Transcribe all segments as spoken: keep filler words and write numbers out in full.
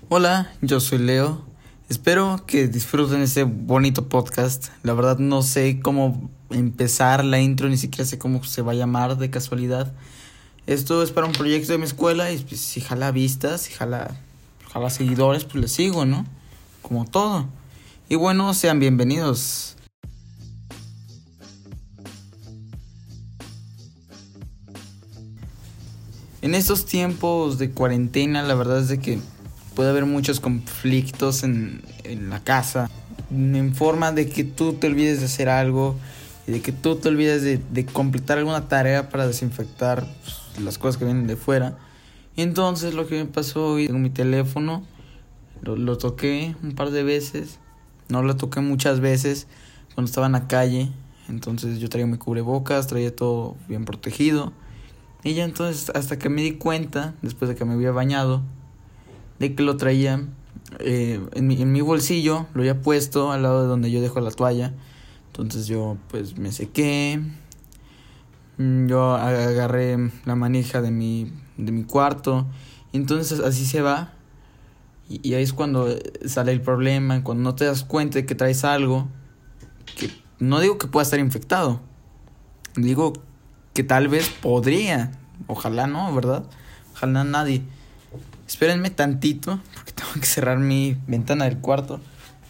Hola, yo soy Leo. Espero que disfruten este bonito podcast. La verdad no sé cómo empezar la intro, ni siquiera sé cómo se va a llamar de casualidad. Esto es para un proyecto de mi escuela y pues, si jala vistas, si jala, jala seguidores, pues les sigo, ¿no? Como todo. Y bueno, sean bienvenidos. En estos tiempos de cuarentena, la verdad es de que puede haber muchos conflictos en, en la casa, en forma de que tú te olvides de hacer algo y de que tú te olvides de, de completar alguna tarea para desinfectar pues, las cosas que vienen de fuera. Y entonces lo que me pasó hoy, tengo mi teléfono, lo, lo toqué un par de veces, no lo toqué muchas veces cuando estaba en la calle, entonces yo traía mi cubrebocas, traía todo bien protegido. Y ya entonces hasta que me di cuenta, después de que me había bañado, de que lo traía eh, en, mi, en mi bolsillo, lo había puesto al lado de donde yo dejo la toalla. Entonces yo pues me sequé, yo agarré la manija de mi, de mi cuarto, y entonces así se va. Y, y ahí es cuando sale el problema, cuando no te das cuenta de que traes algo, que no digo que pueda estar infectado, digo que tal vez podría, ojalá no, ¿verdad? Ojalá nadie. Espérenme tantito, porque tengo que cerrar mi ventana del cuarto.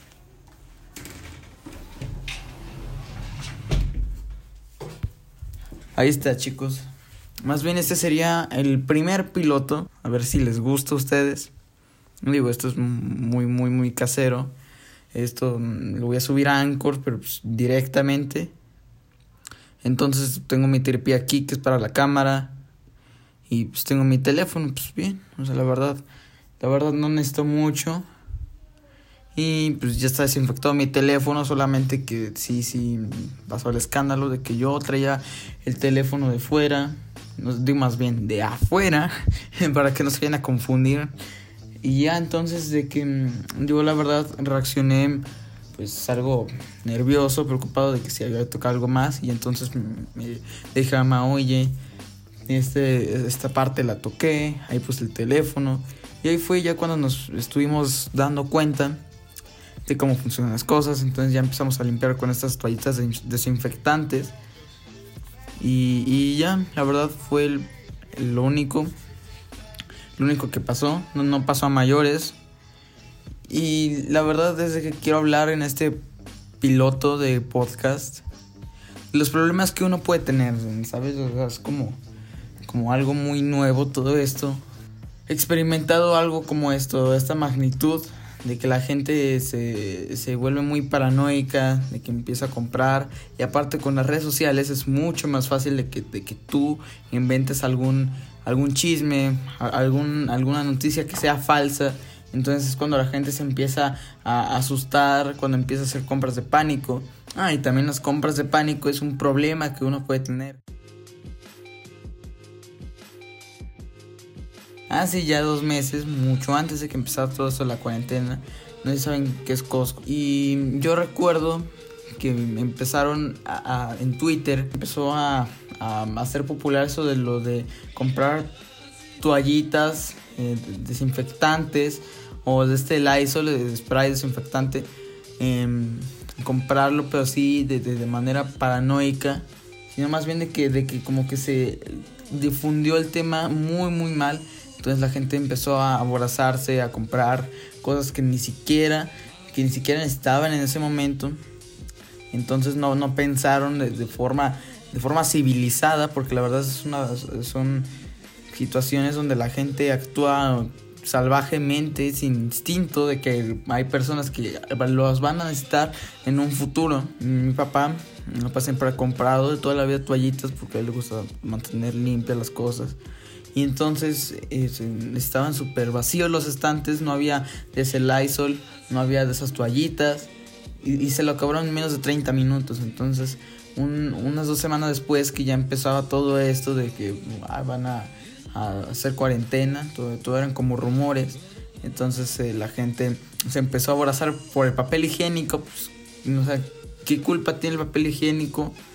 Ahí está, chicos. Más bien este sería el primer piloto. A ver si les gusta a ustedes. Digo, esto es muy, muy, muy casero. Esto lo voy a subir a Anchor, pero pues directamente. Entonces tengo mi tripé aquí, que es para la cámara. Y pues tengo mi teléfono, pues bien, o sea, la verdad, la verdad no necesito mucho. Y pues ya está desinfectado mi teléfono, solamente que sí, sí pasó el escándalo de que yo traía el teléfono de fuera, no digo más bien de afuera, para que no se vayan a confundir. Y ya entonces de que yo la verdad reaccioné pues algo nervioso, preocupado de que si había tocado algo más. Y entonces me dije a mamá, oye, Este, esta parte la toqué, ahí puse el teléfono. Y ahí fue ya cuando nos estuvimos dando cuenta de cómo funcionan las cosas. Entonces ya empezamos a limpiar con estas toallitas desinfectantes. Y, y ya, la verdad fue el, el, lo único Lo único que pasó, no, no pasó a mayores. Y la verdad es que quiero hablar en este piloto de podcast los problemas que uno puede tener, ¿sabes? O sea, es como como algo muy nuevo todo esto. He experimentado algo como esto, esta magnitud de que la gente se, se vuelve muy paranoica, de que empieza a comprar. Y aparte con las redes sociales es mucho más fácil de que, de que tú inventes algún, algún chisme, algún, alguna noticia que sea falsa. Entonces es cuando la gente se empieza a asustar, cuando empieza a hacer compras de pánico. Ah, y también las compras de pánico es un problema que uno puede tener. Hace ya dos meses, mucho antes de que empezara todo esto de la cuarentena, no sé si saben qué es Costco. Y yo recuerdo que empezaron a, a, en Twitter, empezó a, a hacer popular eso de lo de comprar toallitas eh, desinfectantes o de este Lysol, de spray desinfectante, eh, comprarlo pero sí de, de, de manera paranoica, sino más bien de que, de que como que se difundió el tema muy muy mal. Entonces la gente empezó a aborazarse, a comprar cosas que ni siquiera, que ni siquiera necesitaban en ese momento. Entonces no, no pensaron de, de forma, de forma civilizada, porque la verdad es una, son situaciones donde la gente actúa salvajemente, sin instinto de que hay personas que los van a necesitar en un futuro. Mi papá, mi papá siempre ha comprado de toda la vida toallitas porque a él le gusta mantener limpias las cosas. Y entonces eh, estaban súper vacíos los estantes, no había de ese Lysol, no había de esas toallitas. Y, y se lo acabaron en menos de treinta minutos. Entonces un, unas dos semanas después que ya empezaba todo esto de que ah, van a, a hacer cuarentena, todo, todo eran como rumores. Entonces eh, la gente se empezó a aborazar por el papel higiénico. Pues, o sea, ¿qué culpa tiene el papel higiénico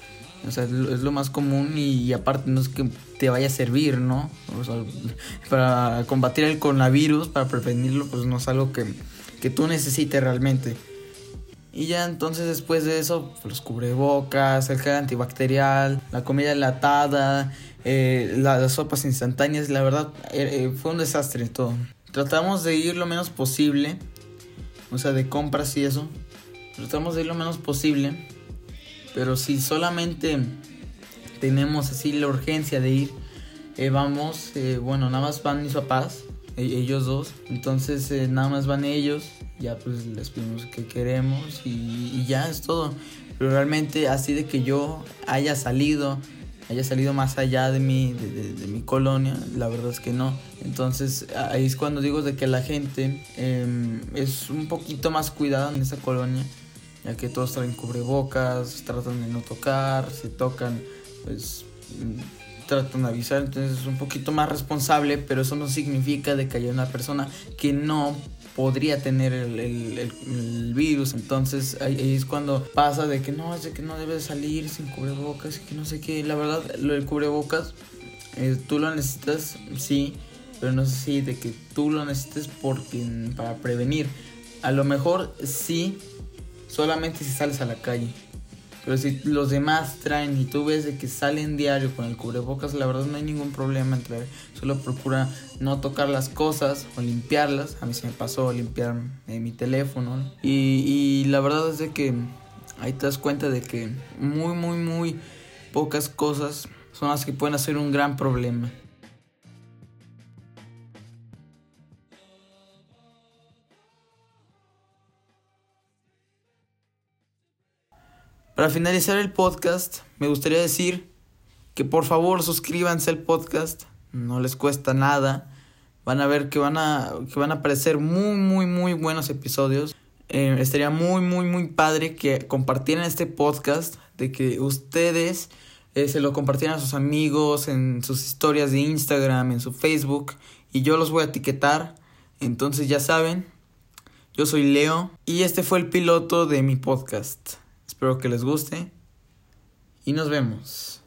O sea, es lo, es lo más común y, y aparte no es que te vaya a servir, ¿no? O sea, para combatir el coronavirus, para prevenirlo, pues no es algo que, que tú necesites realmente. Y ya entonces después de eso, pues, los cubrebocas, el gel antibacterial, la comida enlatada, eh, la, las sopas instantáneas, la verdad eh, fue un desastre todo. Tratamos de ir lo menos posible, o sea, de compras y eso. Tratamos de ir lo menos posible, pero si solamente tenemos así la urgencia de ir, eh, vamos, eh, bueno, nada más van mis papás, eh, ellos dos, entonces eh, nada más van ellos. Ya pues les pedimos que queremos y, y ya es todo. Pero realmente así de que yo haya salido, haya salido más allá de mi, de, de, de mi colonia, la verdad es que no. Entonces ahí es cuando digo de que la gente eh, es un poquito más cuidada en esta colonia, ya que todos traen cubrebocas, tratan de no tocar, si tocan pues tratan de avisar, entonces es un poquito más responsable, pero eso no significa de que haya una persona que no podría tener el, el, el, el virus. Entonces ahí, ahí es cuando pasa de que no, es de que no debes salir sin cubrebocas y que no sé qué. La verdad, lo del cubrebocas, eh, tú lo necesitas, sí, pero no sé si de que tú lo necesites porque, para prevenir. A lo mejor sí, solamente si sales a la calle. Pero si los demás traen y tú ves de que salen diario con el cubrebocas, la verdad no hay ningún problema en traer. Solo procura no tocar las cosas o limpiarlas. A mí se me pasó limpiar eh, mi teléfono. Y, y la verdad es de que ahí te das cuenta de que muy, muy, muy pocas cosas son las que pueden hacer un gran problema. Para finalizar el podcast, me gustaría decir que por favor suscríbanse al podcast, no les cuesta nada. Van a ver que van a, que van a aparecer muy, muy, muy buenos episodios. Eh, estaría muy, muy, muy padre que compartieran este podcast, de que ustedes eh, se lo compartieran a sus amigos en sus historias de Instagram, en su Facebook, y yo los voy a etiquetar. Entonces ya saben, yo soy Leo y este fue el piloto de mi podcast. Espero que les guste y nos vemos.